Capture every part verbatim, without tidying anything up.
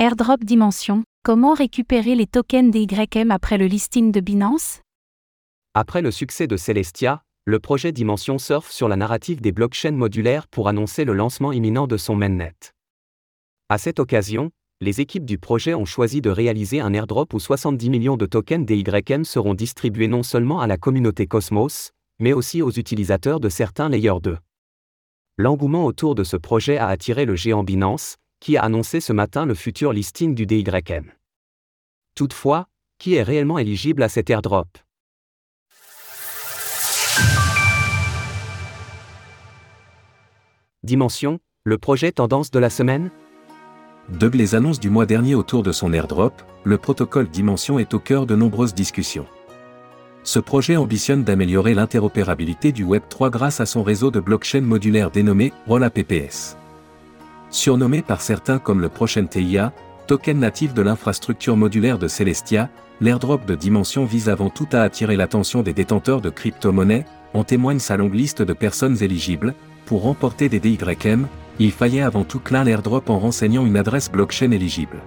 L'airdrop Dimension, comment récupérer les tokens D Y M après le listing de Binance? Après le succès de Celestia, le projet Dimension surfe sur la narrative des blockchains modulaires pour annoncer le lancement imminent de son mainnet. À cette occasion, les équipes du projet ont choisi de réaliser un airdrop où soixante-dix millions de tokens D Y M seront distribués non seulement à la communauté Cosmos, mais aussi aux utilisateurs de certains Layer deux. L'engouement autour de ce projet a attiré le géant Binance, qui a annoncé ce matin le futur listing du D Y M. Toutefois, qui est réellement éligible à cet airdrop? Dimension, le projet tendance de la semaine? De les annonces du mois dernier autour de son airdrop, le protocole Dimension est au cœur de nombreuses discussions. Ce projet ambitionne d'améliorer l'interopérabilité du Web trois grâce à son réseau de blockchain modulaire dénommé Roll-Up P S. Surnommé par certains comme le prochain T I A, token natif de l'infrastructure modulaire de Celestia, l'airdrop de Dimension vise avant tout à attirer l'attention des détenteurs de crypto-monnaies, en témoigne sa longue liste de personnes éligibles. Pour remporter des D Y M, il fallait avant tout clore l'airdrop en renseignant une adresse blockchain éligible.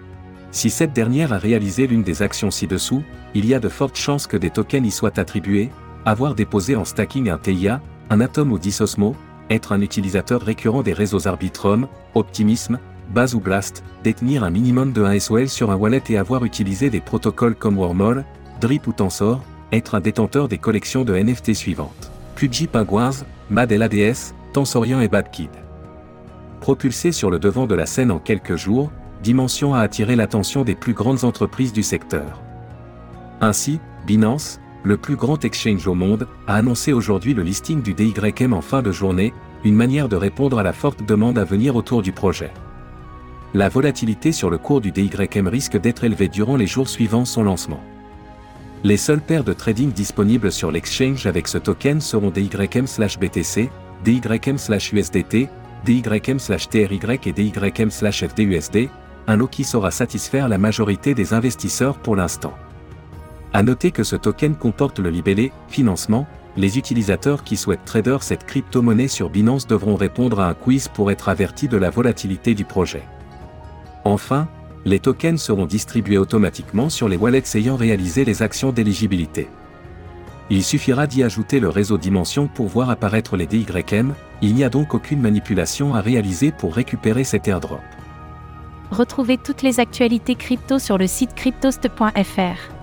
Si cette dernière a réalisé l'une des actions ci-dessous, il y a de fortes chances que des tokens y soient attribués: avoir déposé en stacking un T I A, un Atom ou dix Osmo, être un utilisateur récurrent des réseaux Arbitrum, Optimism, Base ou Blast, détenir un minimum de un S O L sur un wallet et avoir utilisé des protocoles comme Wormhole, Drip ou Tensor, être un détenteur des collections de N F T suivantes: Pudgy Penguins, Mad L A D S, Tensorian et Bad Kid. Propulsé sur le devant de la scène en quelques jours, Dimension a attiré l'attention des plus grandes entreprises du secteur. Ainsi, Binance, le plus grand exchange au monde, a annoncé aujourd'hui le listing du D Y M en fin de journée, une manière de répondre à la forte demande à venir autour du projet. La volatilité sur le cours du D Y M risque d'être élevée durant les jours suivant son lancement. Les seules paires de trading disponibles sur l'exchange avec ce token seront D Y M slash B T C, D Y M slash U S D T, D Y M slash T R Y et D Y M slash F D U S D, un lot qui saura satisfaire la majorité des investisseurs pour l'instant. À noter que ce token comporte le libellé « Financement ». Les utilisateurs qui souhaitent trader cette crypto-monnaie sur Binance devront répondre à un quiz pour être avertis de la volatilité du projet. Enfin, les tokens seront distribués automatiquement sur les wallets ayant réalisé les actions d'éligibilité. Il suffira d'y ajouter le réseau Dimension pour voir apparaître les D Y M, il n'y a donc aucune manipulation à réaliser pour récupérer cet airdrop. Retrouvez toutes les actualités crypto sur le site cryptost point F R.